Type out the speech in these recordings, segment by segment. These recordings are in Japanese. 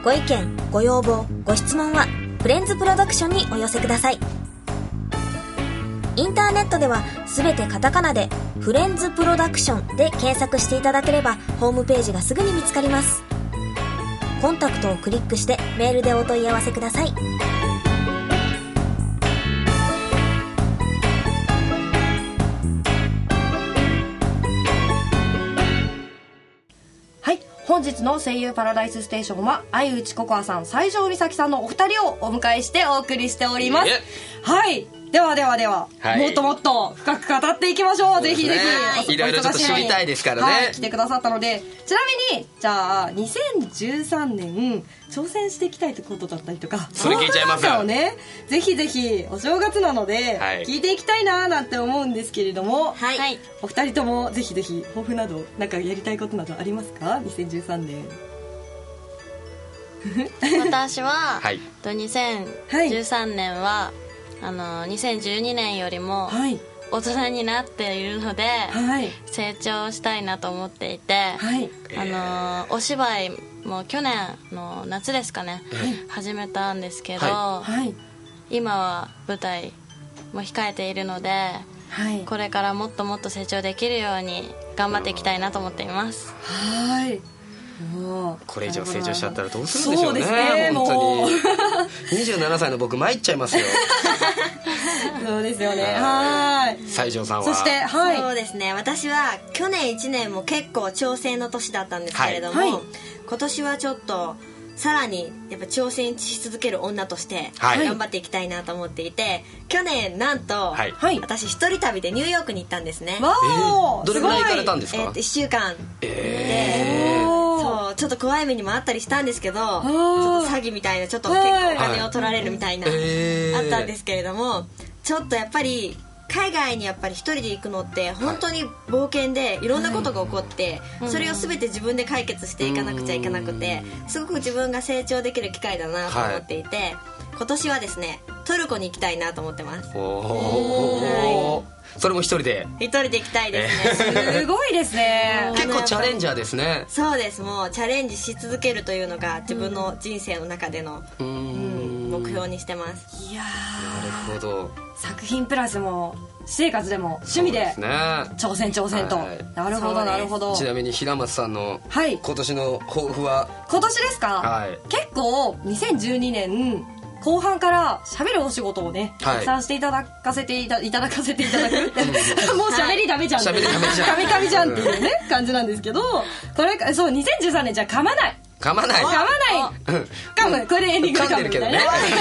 ご意見、ご要望、ご質問はフレンズプロダクションにお寄せください。インターネットではすべてカタカナでフレンズプロダクションで検索していただければホームページがすぐに見つかります。コンタクトをクリックしてメールでお問い合わせください。 本日の声優パラダイスステーションは相内ココアさん、西条美咲さんのお二人をお迎えしてお送りしております。はい、では、はい、もっともっと深く語っていきましょう。ぜひぜひ、 いろいろちょっと知りたいですからね、 はい、来てくださったので、ちなみにじゃあ2013年挑戦していきたいってことだったりとか、 それ聞いちゃいますよね。ぜひぜひお正月なので聞いていきたいななんて思うんですけれども、 はい、 お二人ともぜひぜひ抱負などなんかやりたいことなどありますか？2013年。 私は、2013年は2012年よりも大人になっているので、成長したいなと思っていて、お芝居も去年の夏ですかね、始めたんですけど、今は舞台も控えているので、これからもっともっと成長できるように頑張っていきたいなと思っています。 はい、 これ以上成長しちゃったらどうするんでしょう ね、本当に27歳の僕参っちゃいますよ。 そうですよね。はい、 西条さんは。 そして、 そうですね、私は去年1年も結構挑戦の年だったんですけれども、今年はちょっとさらにやっぱ挑戦し続ける女として頑張っていきたいなと思っていて、去年なんと、私一人旅でニューヨークに行ったんんですね。 どれぐらい行かれたんですか ？1週間で、そうちょっと怖い目にもあったりしたんですけど、ちょっと詐欺みたいな、ちょっと結構お金を取られるみたいな、あったんですけれども、ちょっとやっぱり海外にやっぱり一人で行くのって本当に冒険でいろんなことが起こって、それを全て自分で解決していかなくちゃいけなくて、すごく自分が成長できる機会だなと思っていて、今年はですねトルコに行きたいなと思ってます。 それも一人で行きたいですね。 すごいですね。 結構チャレンジャーですね。 そうです、もうチャレンジし続けるというのが自分の人生の中での目標にしてます。 いやー、なるほど。 作品プラスも私生活でも趣味で挑戦と、なるほどなるほど。 ちなみに平松さんの今年の抱負は？ 今年ですか？結構2012年後半から喋るお仕事をね、たくさんしていただかせていただくもう喋りダメじゃんって、カミカミじゃんっていうね感じなんですけど、これそう2013年じゃ噛まないこれでエンディングで噛むみたいな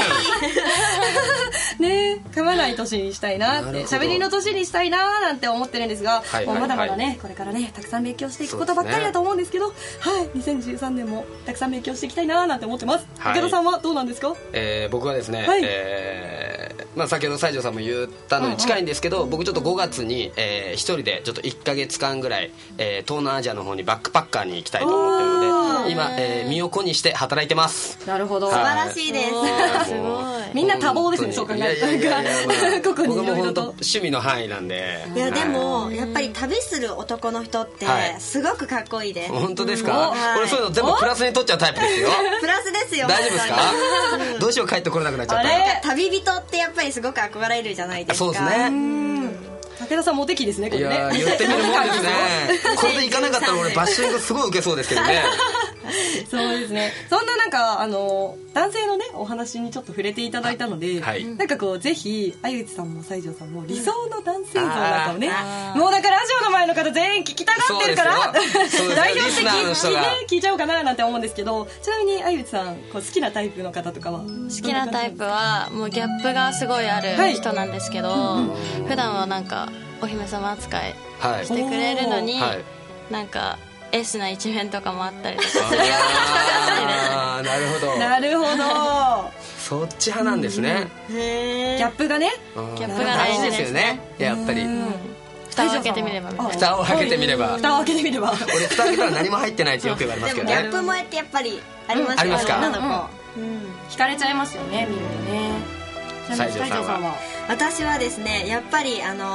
ね、噛まない年にしたいなって、喋りの年にしたいななんて思ってるんですが、もうまだまだねこれからねたくさん勉強していくことばっかりだと思うんですけど、2013年もたくさん勉強していきたいななんて思ってます。武田さんはどうなんですか？ 僕はですね、先ほど西条さんも言ったのに近いんですけど、僕ちょっと5月に一人でちょっと1ヶ月間ぐらい東南アジアの方にバックパッカーに行きたいと思ってるので、今身を粉にして働いてます。 なるほど、 素晴らしいです。 すごい。 みんな多忙ですね、そう考えたら。ここにいろいろと趣味の範囲なんで。 いやでもやっぱり旅する男の人ってすごくかっこいいです。 本当ですか？俺そういうの全部プラスに取っちゃうタイプですよ。 プラスですよ。 大丈夫ですか？どうしよう、帰ってこれなくなっちゃった。 旅人ってやっぱりすごく憧れるじゃないですか。 そうですね。 武田さんモテ期ですね、これね。 いや言ってみるもんですね。これで行かなかったら俺バッシングすごい受けそうですけどね。 そうですね。そんななんか男性のねお話にちょっと触れていただいたので、なんかこうぜひ相内さんも西条さんも理想の男性像なんかをね、もうだからラジオの前の方全員聞きたがってるから代表的に聞いちゃおうかななんて思うんですけど、ちなみに相内さん好きなタイプの方とかは？ 好きなタイプはもうギャップがすごいある人なんですけど、普段はなんかお姫様扱いしてくれるのに、なんかエースな一面とかもあったりとかするような人が好きで。 なるほどなるほど。 そっち派なんですね。 ギャップがね、 ギャップが大事ですよね。 やっぱり蓋を開けてみればみたいな。 蓋を開けてみれば。 蓋を開けてみれば。 俺蓋開けたら何も入ってないってよく言われますけどね。 でもギャップ萌えってやっぱりありますよね。 ありますか？ 女の子惹かれちゃいますよね、見るとね。 西条さんは？ 私はですねやっぱり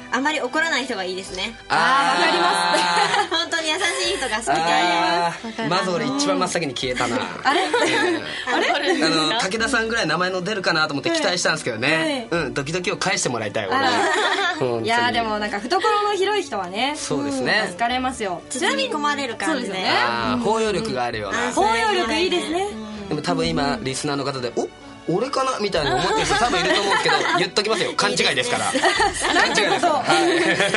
あまり怒らない人がいいですね。 わかります本当に優しい人が好きであります。まず俺一番真っ先に消えたな。 あれ武田さんぐらい名前の出るかなと思って期待したんですけどね、ドキドキを返してもらいたい俺。 いやでもなんか懐の広い人はね、 そうですね、 疲れますよ。 包み込まれる感じで、 包容力があるような。 包容力いいですね。 でも多分今リスナーの方で俺かなみたいな思ってる人多分いると思うんですけど、言っときますよ、勘違いですから。 なんてこと、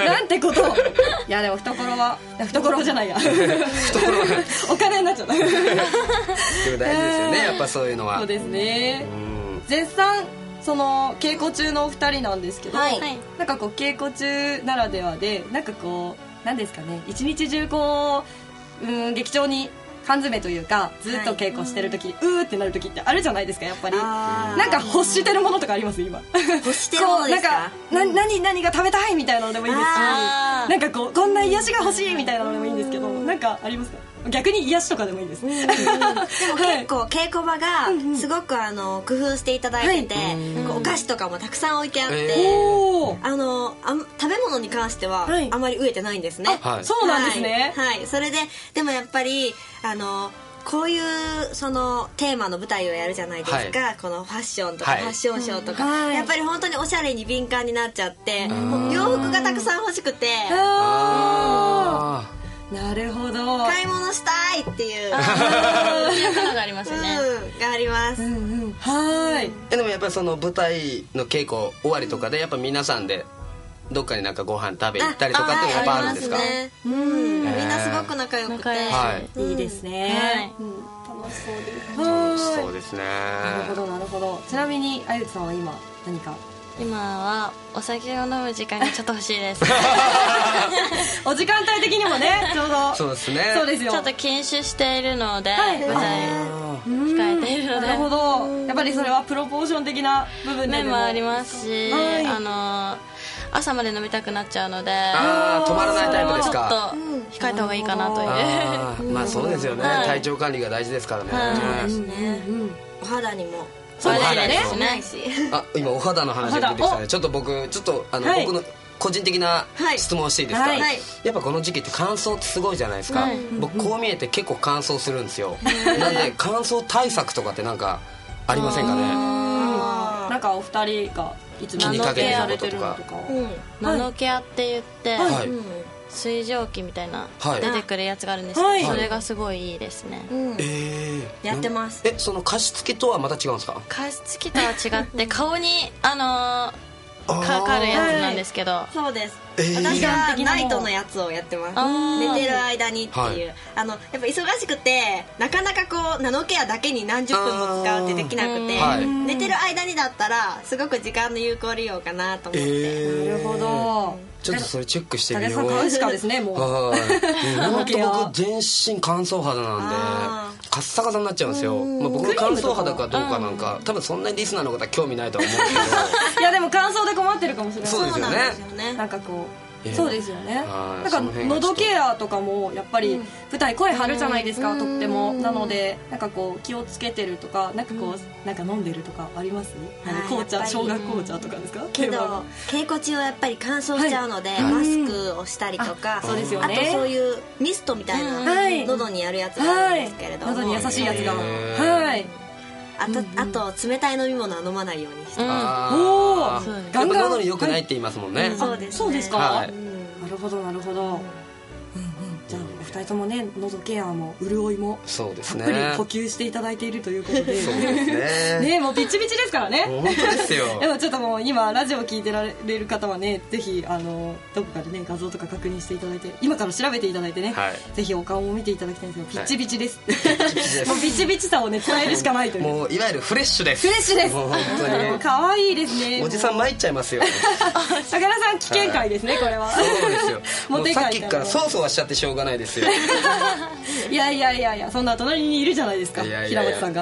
なんてこと。いやでも懐じゃないや、お金になっちゃった。でも大事ですよね、やっぱそういうのは。 そうですね。絶賛その稽古中のお二人なんですけど、なんかこう稽古中ならではで、なんかこうなんですかね、一日中こう劇場に缶詰というかずっと稽古してる時、うーってなる時ってあるじゃないですか、やっぱり。なんか欲してるものとかあります？今欲してるものですか？ 何が食べたいみたいなのでもいいですし、なんかこんな癒しが欲しいみたいなのでもいいんですけど、なんかありますか？逆に癒しとかでもいいです。でも結構稽古場がすごく工夫していただいてて、お菓子とかもたくさん置いてあって、食べ物に関してはあまり飢えてないんですね。 そうなんですね。 それででもやっぱりこういうそのテーマの舞台をやるじゃないですか、このファッションとかファッションショーとか、やっぱり本当におしゃれに敏感になっちゃって、洋服がたくさん欲しくて、 なるほど、 買い物したいっていうのがありますよね。 があります。 でもやっぱりその舞台の稽古終わりとかでやっぱ皆さんでどっかになんかご飯食べ行ったりとかってやっぱあるんですか？ みんなすごく仲良くていいですね。楽しそうです。 楽しそうですね。 なるほどなるほど。ちなみにあゆつさんは今何か？ 今はお酒を飲む時間がちょっと欲しいです。 お時間帯的にもね、ちょうど。 そうですね。 そうですよ。 ちょっと禁酒しているので、舞台控えているので。 なるほど。やっぱりそれはプロポーション的な部分で面もありますし、朝まで飲みたくなっちゃうので、 止まらないタイプですか？ ちょっと控えた方がいいかなという。 まあそうですよね、体調管理が大事ですからね。 お肌にもそうですね。 今お肌の話が出てきたね。ちょっと僕僕の個人的な質問をしていいですか？やっぱこの時期って乾燥ってすごいじゃないですか。僕こう見えて結構乾燥するんですよ。なんで乾燥対策とかってなんかありませんかね？ なんかお二人がいつも気にかけてることとか。 ナノケアって言って水蒸気みたいな出てくるやつがあるんですけど、それがすごいいいですね。 やってます。 その加湿器とはまた違うんですか？ 加湿器とは違って顔にかかるやつなんですけど。 そうです。私はナイトのやつをやってます。寝てる間にっていう、やっぱ忙しくてなかなかこうナノケアだけに何十分も使うってできなくて、寝てる間にだったらすごく時間の有効利用かなと思って。 なるほど。 ちょっとそれチェックしてみよう。 武田さん買うしかですね、もう。 本当僕全身乾燥肌なんでカッサカサになっちゃうんですよ。僕の乾燥肌かどうかなんか多分そんなにリスナーの方興味ないとは思うけど。 いやでも乾燥で困ってるかもしれない。 そうですよね。 なんかこうそうですよね。なんか喉ケアとかもやっぱり舞台声張るじゃないですか、とっても。なのでなんかこう気をつけてるとか、なんかこうなんか飲んでるとかあります？紅茶、生姜紅茶とかですか？ けど稽古中はやっぱり乾燥しちゃうのでマスクをしたりとか、 そうですよね。 あとそういうミストみたいな喉にやるやつがあるんですけれども、 喉に優しいやつが。 あと冷たい飲み物は飲まないようにして。 ガンガン喉に良くないって言いますもんね。 そうですか。なるほどなるほど。じゃあお二人ともね、喉ケアも潤いもそうですね、 たっぷり補給していただいているということで、 そうですね。 ね、もうピチピチですからね。 本当ですよ。 でもちょっともう今ラジオ聞いてられる方はね、ぜひどこかでね画像とか確認していただいて、今から調べていただいてね、ぜひお顔も見ていただきたいんですけど、ピチピチです。もうピチピチさをね伝えるしかないという。 もういわゆるフレッシュです。 フレッシュです。 もう本当に可愛いですね。 おじさん参っちゃいますよ。 武田さん危険回ですね、これは。 そうですよ。もうさっきからそわそわしちゃってしょうがないですよ。 いやいやいやいや、そんな隣にいるじゃないですか、平松さんが。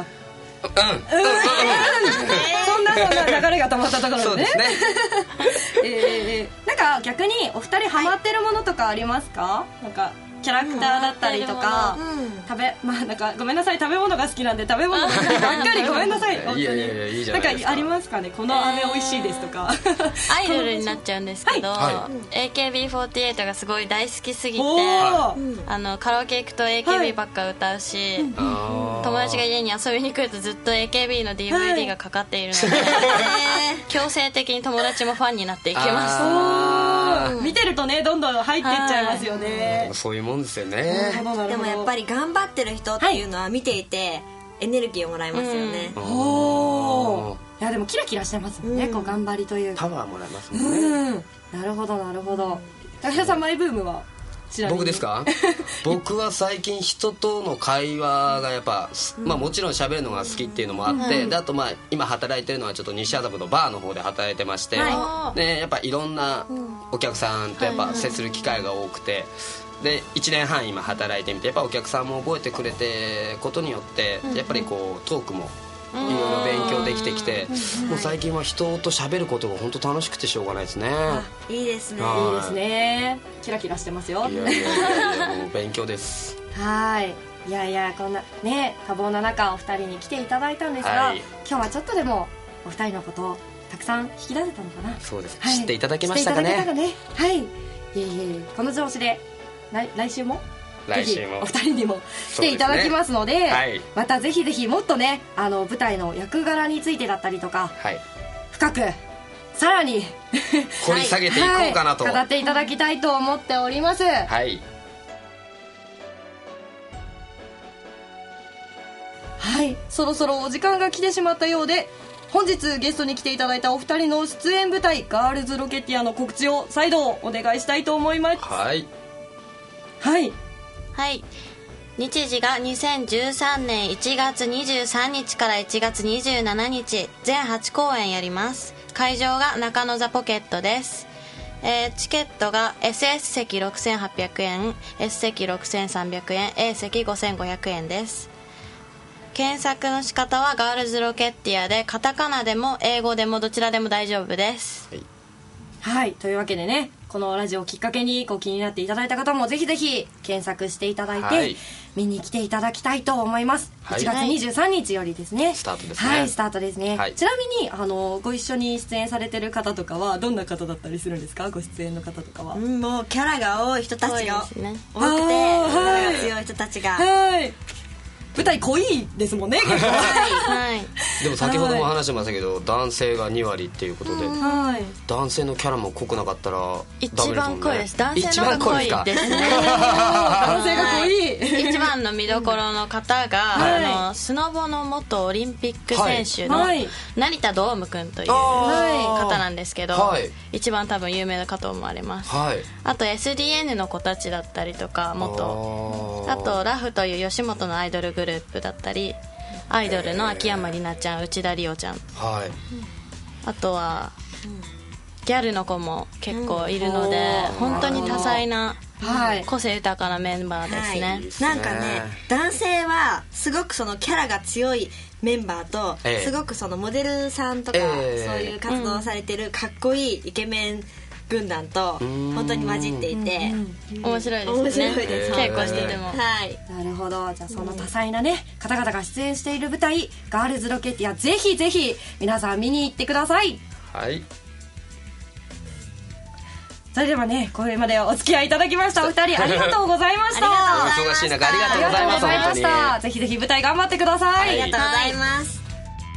そんな流れが溜まったところでね。そうですね。なんか逆にお二人ハマってるものとかありますか？なんかキャラクターだったりとか、なんかごめんなさい、食べ物が好きなんで食べ物ばっかりごめんなさい本当に。 いいじゃないですか。 なんかありますかね、この飴美味しいですとか。 アイドルになっちゃうんですけど、AKB48 がすごい大好きすぎて、カラオケ行くと AKB ばっか歌うし、友達が家に遊びに来るとずっと AKB の DVD がかかっているので、強制的に友達もファンになっていきます。見てるとね、どんどん入っていっちゃいますよね。 そういうもんですよね。 でもやっぱり頑張ってる人っていうのは見ていてエネルギーをもらえますよね。 いやでもキラキラしてますもんね、こう頑張りというパワーもらえますもんね。 なるほどなるほど。高田さん、マイブームは僕ですか？僕は最近人との会話がやっぱ、もちろん喋るのが好きっていうのもあって、であと今働いてるのはちょっと西麻布のバーの方で働いてまして、でやっぱいろんなお客さんとやっぱ接する機会が多くて、で1年半今働いてみて、やっぱお客さんも覚えてくれてことによってやっぱりこうトークもいろいろ勉強できてきて、もう最近は人と喋ることが本当楽しくてしょうがないですね。 いいですね。 いいですね。キラキラしてますよ。 いやもう勉強です。 はい。いやこんなね多忙な中お二人に来ていただいたんですが、今日はちょっとでもお二人のことをたくさん引き出せたのかな。 そうです。知っていただけましたかね。 はい。この調子で来週もぜひお二人にも来ていただきますので、またぜひぜひもっとね舞台の役柄についてだったりとか、深くさらに掘り下げていこうかなと、 語っていただきたいと思っております。はい、そろそろお時間が来てしまったようで、本日ゲストに来ていただいたお二人の出演舞台ガールズロケティアの告知を再度お願いしたいと思います。 日時が2013年1月23日から1月27日全8公演やります。会場が中野ザポケットです。チケットが SS 席6800円 S 席6300円 A 席5500円です。検索の仕方はガールズロケッティアで、カタカナでも英語でもどちらでも大丈夫です。 というわけでね、このラジオをきっかけに気になっていただいた方もぜひぜひ検索していただいて、見に来ていただきたいと思います。1月23日よりですね、 スタートですね。 スタートですね。ちなみにご一緒に出演されてる方とかはどんな方だったりするんですか？ご出演の方とかは。 もうキャラが多い人たちが多くて、キャラが強い人たちが。 舞台濃いですもんね、結構。 でも先ほども話してましたけど、男性が2割っていうことで、男性のキャラも濃くなかったら一番濃いです。男性の方が濃いですね。 男性が濃い。 一番の見どころの方がスノボの元オリンピック選手の成田ドームくんという方なんですけど、一番多分有名かと思われます。あと SDN の子たちだったりとか、あとラフという吉本のアイドルグループだったり、アイドルの秋山里奈ちゃん、内田理央ちゃん、あとはギャルの子も結構いるので、本当に多彩な個性豊かなメンバーですね。 なんかね、男性はすごくそのキャラが強いメンバーと、すごくそのモデルさんとか、そういう活動をされてるかっこいいイケメン軍団と本当に混じっていて面白いですね。稽古してても。 なるほど。じゃあその多彩なね方々が出演している舞台ガールズロケティア、ぜひぜひ皆さん見に行ってください。それではね、これまでお付き合いいただきましたお二人ありがとうございました。 お忙しい中ありがとうございます。本当にぜひぜひ舞台頑張ってください。 ありがとうございます。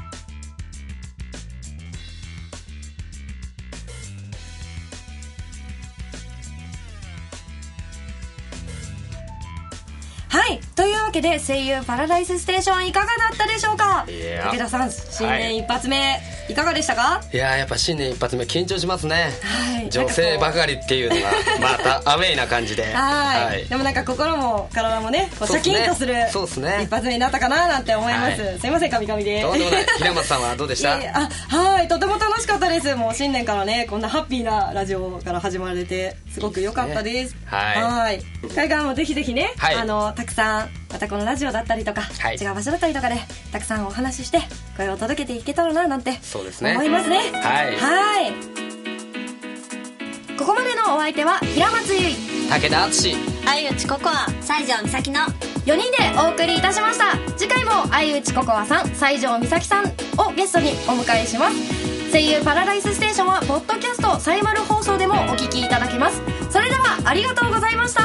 というわけで声優パラダイスステーションいかがだったでしょうか？武田さん、新年一発目、いかがでしたか？ やっぱ新年一発目緊張しますね。女性ばかりっていうのがまたアウェイな感じで。 でもなんか心も体もねシャキンとする一発目になったかななんて思います。すいません、カミカミで。 とんでもない。平松さんはどうでした？ とても楽しかったです。もう新年からね、こんなハッピーなラジオから始まれてすごく良かったです。これからもぜひぜひね、たくさんまたこのラジオだったりとか、違う場所だったりとかでたくさんお話しして声を届けていけたらななんて思いますね。ここまでのお相手は平松優衣、 武田敦。 相内ココア、 西条美咲の 4人でお送りいたしました。次回も相内ココアさん、西条美咲さんをゲストにお迎えします。声優パラダイスステーションはポッドキャストサイマル放送でもお聞きいただけます。それではありがとうございました。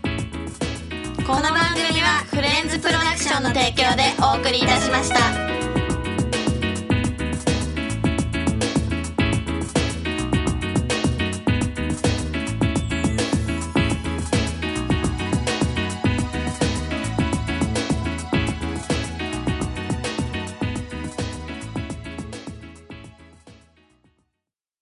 この番組はフレンズプロダクションの提供でお送りいたしました。